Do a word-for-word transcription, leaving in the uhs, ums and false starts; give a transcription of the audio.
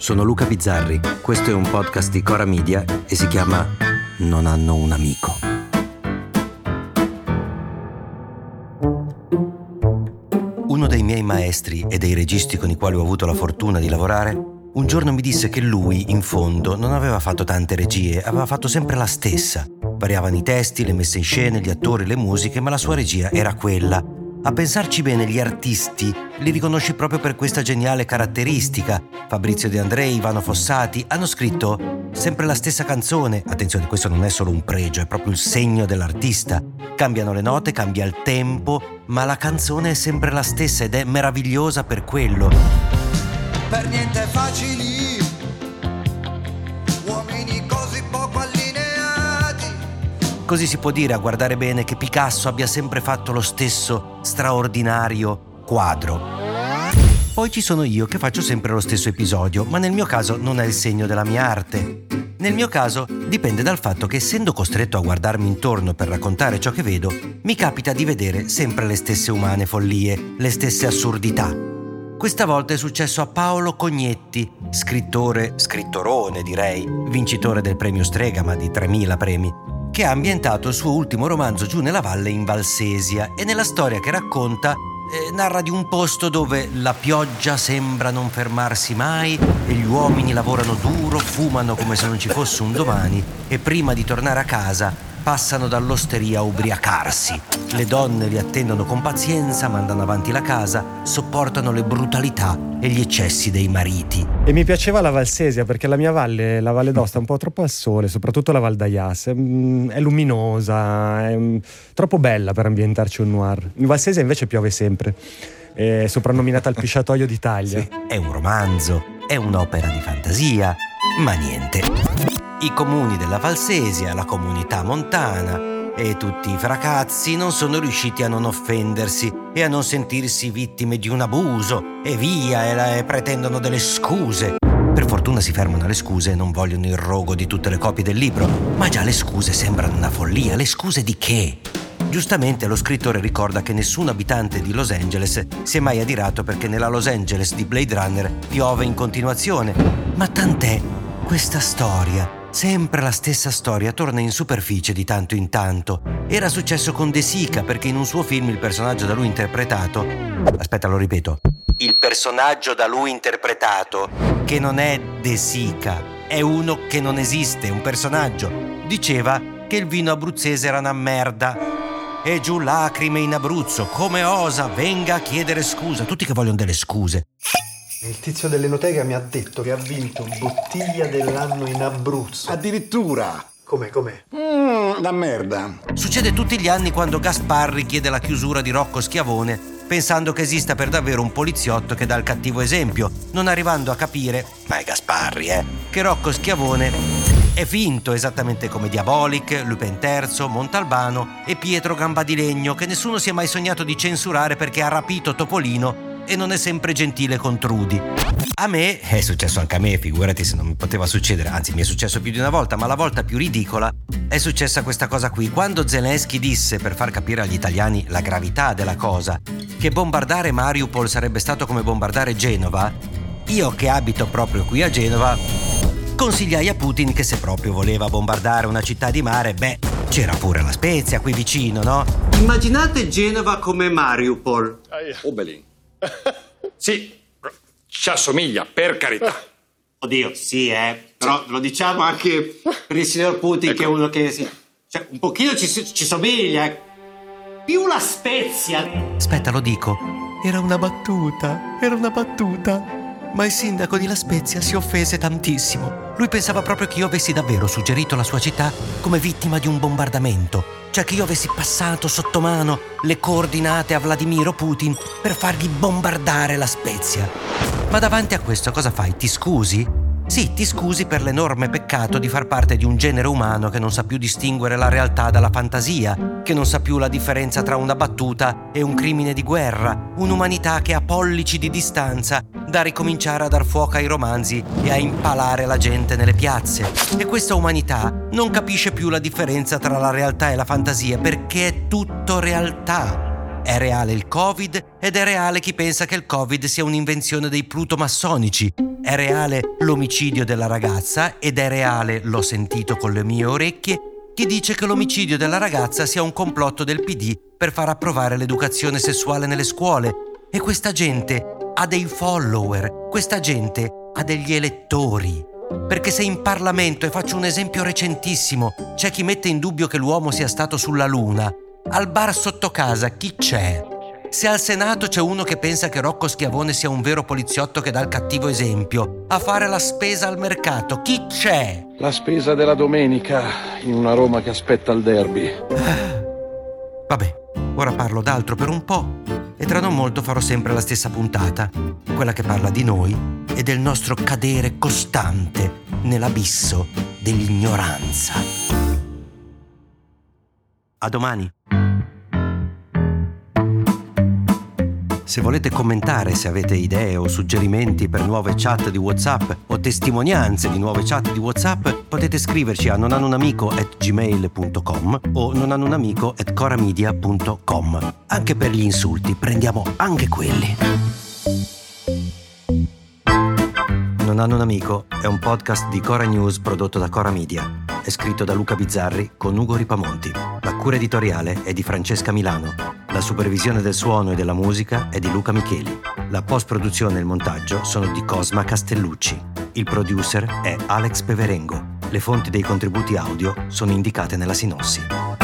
sono Luca Bizzarri, questo è un podcast di Cora Media e si chiama Non hanno un amico. Uno dei miei maestri e dei registi con i quali ho avuto la fortuna di lavorare, un giorno mi disse che lui, in fondo, non aveva fatto tante regie, aveva fatto sempre la stessa. Variavano i testi, le messe in scena, gli attori, le musiche, ma la sua regia era quella. A pensarci bene, gli artisti li riconosci proprio per questa geniale caratteristica. Fabrizio De André, Ivano Fossati hanno scritto sempre la stessa canzone. Attenzione, questo non è solo un pregio, è proprio il segno dell'artista. Cambiano le note, cambia il tempo, ma la canzone è sempre la stessa ed è meravigliosa per quello. Per niente facili, uomini così poco allineati. Così si può dire, a guardare bene, che Picasso abbia sempre fatto lo stesso straordinario quadro. Poi ci sono io che faccio sempre lo stesso episodio, ma nel mio caso non è il segno della mia arte. Nel mio caso dipende dal fatto che, essendo costretto a guardarmi intorno per raccontare ciò che vedo, mi capita di vedere sempre le stesse umane follie, le stesse assurdità. Questa volta è successo a Paolo Cognetti, scrittore, scrittorone direi, vincitore del premio Stregama di tremila premi, che ha ambientato il suo ultimo romanzo Giù nella valle in Valsesia e nella storia che racconta eh, narra di un posto dove la pioggia sembra non fermarsi mai e gli uomini lavorano duro, fumano come se non ci fosse un domani e prima di tornare a casa passano dall'osteria a ubriacarsi. Le donne li attendono con pazienza, mandano avanti la casa, sopportano le brutalità e gli eccessi dei mariti. E mi piaceva la Valsesia perché la mia valle, la Valle d'Aosta, è un po' troppo al sole, soprattutto la Val d'Aias. È, è luminosa, è troppo bella per ambientarci un noir. In Valsesia invece piove sempre. È soprannominata il pisciatoio d'Italia. Sì, è un romanzo, è un'opera di fantasia, ma niente. I comuni della Valsesia, la comunità montana e tutti i fracazzi non sono riusciti a non offendersi e a non sentirsi vittime di un abuso e via e, la, e pretendono delle scuse. Per fortuna si fermano alle scuse e non vogliono il rogo di tutte le copie del libro, ma già le scuse sembrano una follia. Le scuse di che? Giustamente lo scrittore ricorda che nessun abitante di Los Angeles si è mai adirato perché nella Los Angeles di Blade Runner piove in continuazione. Ma tant'è, questa storia, sempre la stessa storia, torna in superficie di tanto in tanto. Era successo con De Sica, perché in un suo film il personaggio da lui interpretato... Aspetta, lo ripeto. Il personaggio da lui interpretato, che non è De Sica, è uno che non esiste, un personaggio, diceva che il vino abruzzese era una merda. E giù lacrime in Abruzzo, come osa, venga a chiedere scusa. Tutti che vogliono delle scuse. Il tizio dell'enoteca mi ha detto che ha vinto bottiglia dell'anno in Abruzzo. Addirittura. Com'è, com'è? Mmm, la merda. Succede tutti gli anni quando Gasparri chiede la chiusura di Rocco Schiavone, pensando che esista per davvero un poliziotto che dà il cattivo esempio, non arrivando a capire, ma è Gasparri, eh, che Rocco Schiavone è finto, esattamente come Diabolic, Lupin terzo, Montalbano e Pietro Gambadilegno, che nessuno si è mai sognato di censurare perché ha rapito Topolino e non è sempre gentile con Trudy. A me, è successo anche a me, figurati se non mi poteva succedere, anzi mi è successo più di una volta, ma la volta più ridicola è successa questa cosa qui. Quando Zelensky disse, per far capire agli italiani la gravità della cosa, che bombardare Mariupol sarebbe stato come bombardare Genova, io che abito proprio qui a Genova, consigliai a Putin che se proprio voleva bombardare una città di mare, beh, c'era pure la Spezia qui vicino, no? Immaginate Genova come Mariupol. Obelin. Sì, ci assomiglia, per carità. Oddio, sì, eh. Però lo diciamo anche per il signor Putin, ecco, che è uno che si... Cioè, un pochino ci, ci somiglia. Più la Spezia. Aspetta, lo dico. Era una battuta, era una battuta. Ma il sindaco di La Spezia si offese tantissimo. Lui pensava proprio che io avessi davvero suggerito la sua città come vittima di un bombardamento. Cioè che io avessi passato sotto mano le coordinate a Vladimiro Putin per fargli bombardare La Spezia. Ma davanti a questo cosa fai? Ti scusi? Sì, ti scusi per l'enorme peccato di far parte di un genere umano che non sa più distinguere la realtà dalla fantasia, che non sa più la differenza tra una battuta e un crimine di guerra, un'umanità che a pollici di distanza da ricominciare a dar fuoco ai romanzi e a impalare la gente nelle piazze. E questa umanità non capisce più la differenza tra la realtà e la fantasia, perché è tutto realtà. È reale il Covid ed è reale chi pensa che il Covid sia un'invenzione dei plutomassonici. È reale l'omicidio della ragazza ed è reale, l'ho sentito con le mie orecchie, chi dice che l'omicidio della ragazza sia un complotto del P D per far approvare l'educazione sessuale nelle scuole. E questa gente ha dei follower, questa gente ha degli elettori. Perché se in Parlamento, e faccio un esempio recentissimo, c'è chi mette in dubbio che l'uomo sia stato sulla Luna, al bar sotto casa chi c'è? Se al Senato c'è uno che pensa che Rocco Schiavone sia un vero poliziotto che dà il cattivo esempio, a fare la spesa al mercato, chi c'è? La spesa della domenica in una Roma che aspetta il derby. Vabbè, ora parlo d'altro per un po' e tra non molto farò sempre la stessa puntata, quella che parla di noi e del nostro cadere costante nell'abisso dell'ignoranza. A domani. Se volete commentare, se avete idee o suggerimenti per nuove chat di WhatsApp o testimonianze di nuove chat di WhatsApp, potete scriverci a nonhanunamico at gmail punto com o nonhanunamico at coramedia punto com. Anche per gli insulti, prendiamo anche quelli. Non hanno un amico è un podcast di Cora News prodotto da Cora Media. È scritto da Luca Bizzarri con Ugo Ripamonti. La cura editoriale è di Francesca Milano. La supervisione del suono e della musica è di Luca Micheli. La post-produzione e il montaggio sono di Cosma Castellucci. Il producer è Alex Peverengo. Le fonti dei contributi audio sono indicate nella sinossi.